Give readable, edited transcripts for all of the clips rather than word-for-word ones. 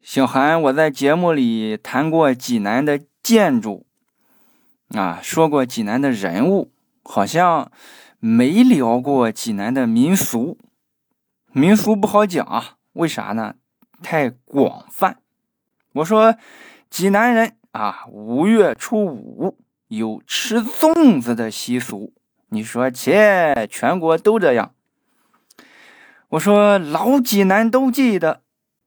小韩，我在节目里谈过济南的建筑说过济南的人物，好像没聊过济南的民俗。民俗不好讲啊，为啥呢？太广泛。我说济南人5月初5有吃粽子的习俗，你说切，全国都这样。我说老济南都记得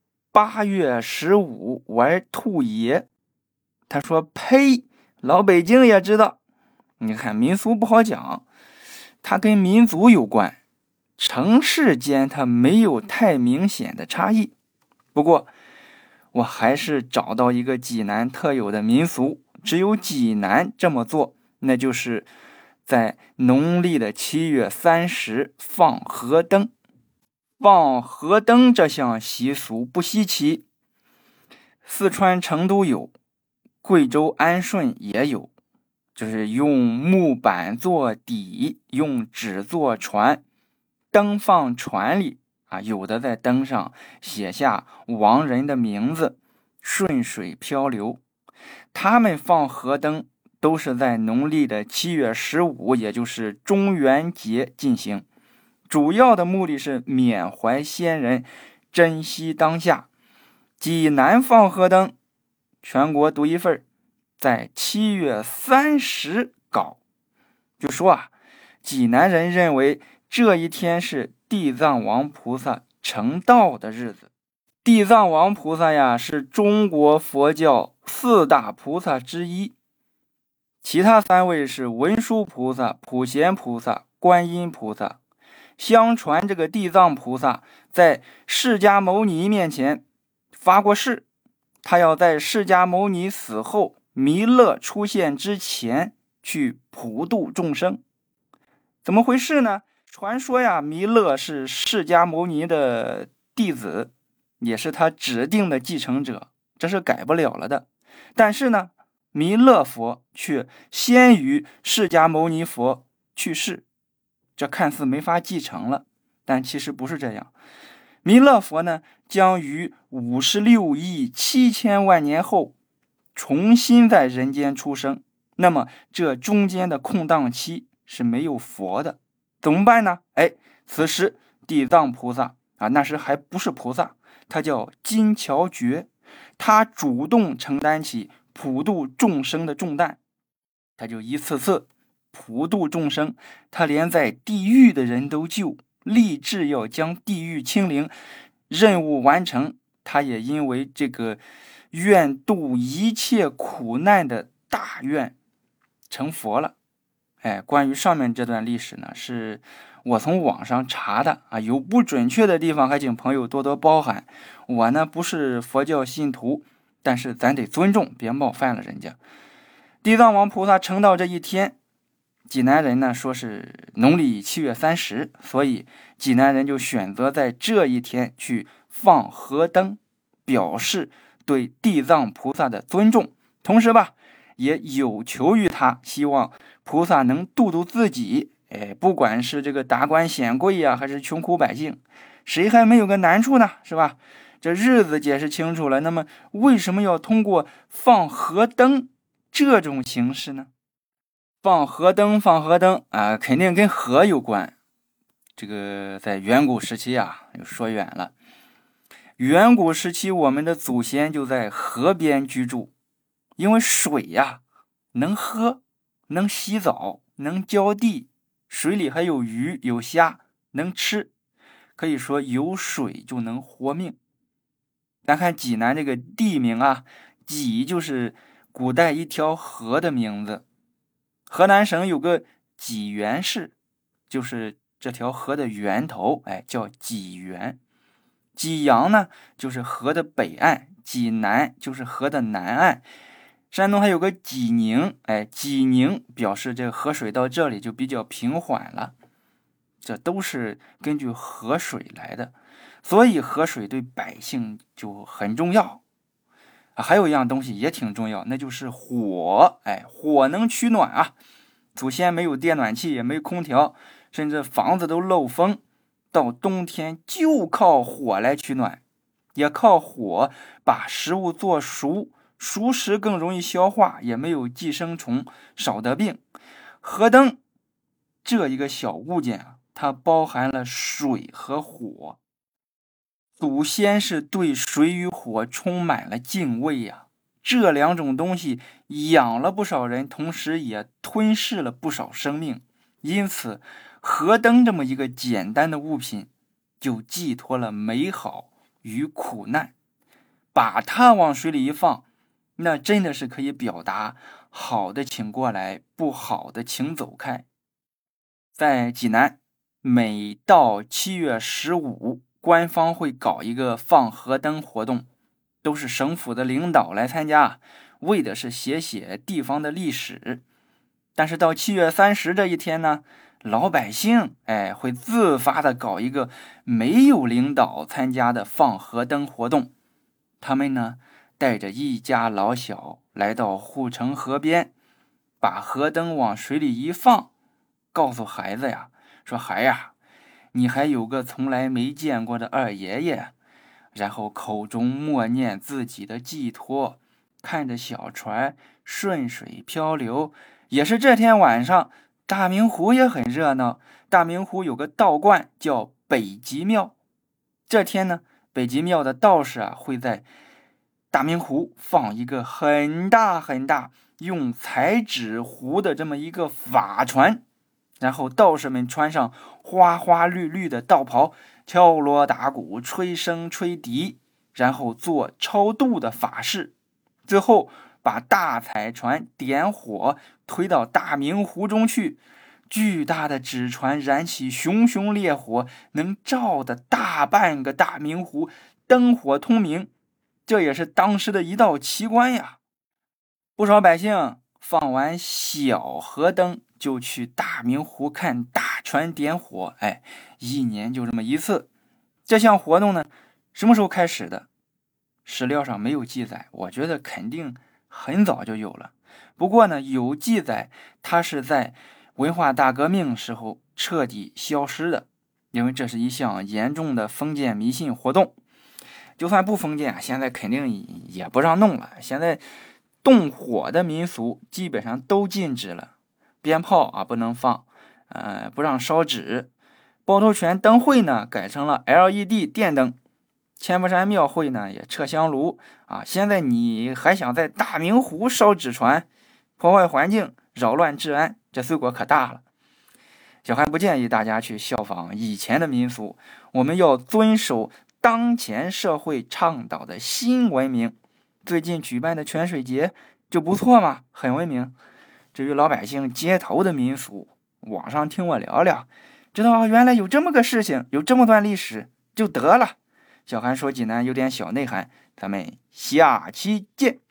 8月15玩兔爷，他说呸，老北京也知道。你看民俗不好讲，它跟民族有关，城市间它没有太明显的差异。不过我还是找到一个济南特有的民俗，只有济南这么做，那就是在农历的7月30放河灯。放河灯这项习俗不稀奇，四川成都有，贵州安顺也有，就是用木板做底，用纸做船，灯放船里有的在灯上写下亡人的名字，顺水漂流。他们放河灯都是在农历的7月15，也就是中元节进行，主要的目的是缅怀先人，珍惜当下。济南放河灯，全国独一份，在7月30搞。就说济南人认为这一天是地藏王菩萨成道的日子。地藏王菩萨是中国佛教4大菩萨之一，其他3位是文殊菩萨、普贤菩萨、观音菩萨。相传这个地藏菩萨在释迦牟尼面前发过誓，他要在释迦牟尼死后，弥勒出现之前去普度众生。怎么回事呢？传说弥勒是释迦牟尼的弟子，也是他指定的继承者，这是改不了了的。但是呢，弥勒佛却先于释迦牟尼佛去世，这看似没法继承了，但其实不是这样。弥勒佛呢，将于56亿7千万年后重新在人间出生，那么这中间的空档期是没有佛的，怎么办呢？此时地藏菩萨那时还不是菩萨，他叫金乔觉，他主动承担起普度众生的重担，他就一次次普度众生，他连在地狱的人都救，立志要将地狱清零，任务完成，他也因为这个愿度一切苦难的大愿成佛了。关于上面这段历史呢，是我从网上查的有不准确的地方还请朋友多多包涵。我呢不是佛教信徒，但是咱得尊重，别冒犯了人家。地藏王菩萨成道这一天，济南人呢说是农历7月30，所以济南人就选择在这一天去放河灯，表示对地藏菩萨的尊重，同时也有求于他，希望菩萨能度度自己。不管是这个达官显贵还是穷苦百姓，谁还没有个难处呢？是吧？这日子解释清楚了，那么为什么要通过放河灯这种形式呢？放河灯肯定跟河有关。这个在远古时期又说远了。远古时期我们的祖先就在河边居住，因为水能喝，能洗澡，能浇地，水里还有鱼有虾能吃，可以说有水就能活命。咱看济南这个地名济就是古代一条河的名字，河南省有个济源市，就是这条河的源头，叫济源。济阳呢就是河的北岸，济南就是河的南岸。山东还有个济宁，济宁表示这个河水到这里就比较平缓了，这都是根据河水来的，所以河水对百姓就很重要。还有一样东西也挺重要，那就是火。火能取暖祖先没有电暖气，也没空调，甚至房子都漏风，到冬天就靠火来取暖。 也靠火把食物做熟，熟食更容易消化，也没有寄生虫，少得病。河灯这一个小物件啊，它包含了水和火，祖先是对水与火充满了敬畏呀。这两种东西养了不少人，同时也吞噬了不少生命。因此，河灯这么一个简单的物品，就寄托了美好与苦难。把它往水里一放，那真的是可以表达好的请过来，不好的请走开。在济南，每到7月15，官方会搞一个放河灯活动，都是省府的领导来参加，为的是写写地方的历史。但是到7月30这一天呢，老百姓会自发的搞一个没有领导参加的放河灯活动。他们呢带着一家老小来到护城河边，把河灯往水里一放，告诉孩子呀，说孩呀，你还有个从来没见过的二爷爷。然后口中默念自己的寄托，看着小船顺水漂流。也是这天晚上，大明湖也很热闹。大明湖有个道观叫北极庙，这天呢，北极庙的道士会在大明湖放一个很大很大用彩纸糊的这么一个法船，然后道士们穿上花花绿绿的道袍，敲锣打鼓，吹笙吹笛，然后做超度的法事，最后把大彩船点火推到大明湖中去。巨大的纸船燃起熊熊烈火，能照得大半个大明湖灯火通明，这也是当时的一道奇观呀。不少百姓放完小河灯就去大明湖看大船点火，一年就这么一次。这项活动呢，什么时候开始的？史料上没有记载，我觉得肯定很早就有了。不过呢，有记载它是在文化大革命时候彻底消失的，因为这是一项严重的封建迷信活动。就算不封建，现在肯定也不让弄了。现在动火的民俗基本上都禁止了，鞭炮不能放，不让烧纸。趵头泉灯会呢改成了 LED 电灯，千佛山庙会呢也撤香炉现在你还想在大明湖烧纸船，破坏环境，扰乱治安，这罪过可大了。小韩不建议大家去效仿以前的民俗，我们要遵守当前社会倡导的新文明。最近举办的泉水节就不错嘛，很文明。至于老百姓街头的民俗，网上听我聊聊，知道原来有这么个事情，有这么段历史就得了。小韩说济南有点小内涵，咱们下期见。